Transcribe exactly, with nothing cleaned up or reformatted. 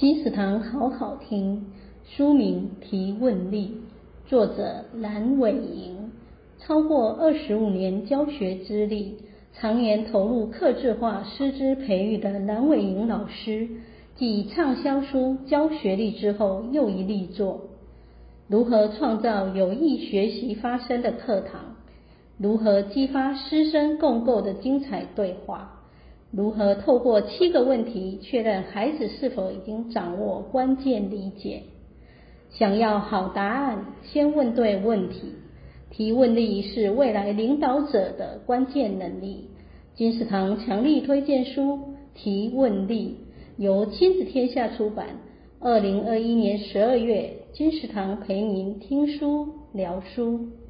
金石堂好好听，书名《提问力》，作者蓝伟莹，超过二十五年教学资历，常年投入客制化师资培育的蓝伟莹老师，继畅销书《教学力》之后又一力作。如何创造有益学习发生的课堂？如何激发师生共构的精彩对话？如何透过七个问题确认孩子是否已经掌握关键理解？想要好答案，先问对问题。提问力是未来领导者的关键能力。金石堂强力推荐书《提问力》，由亲子天下出版。二零二一年十二月，金石堂陪您听书聊书。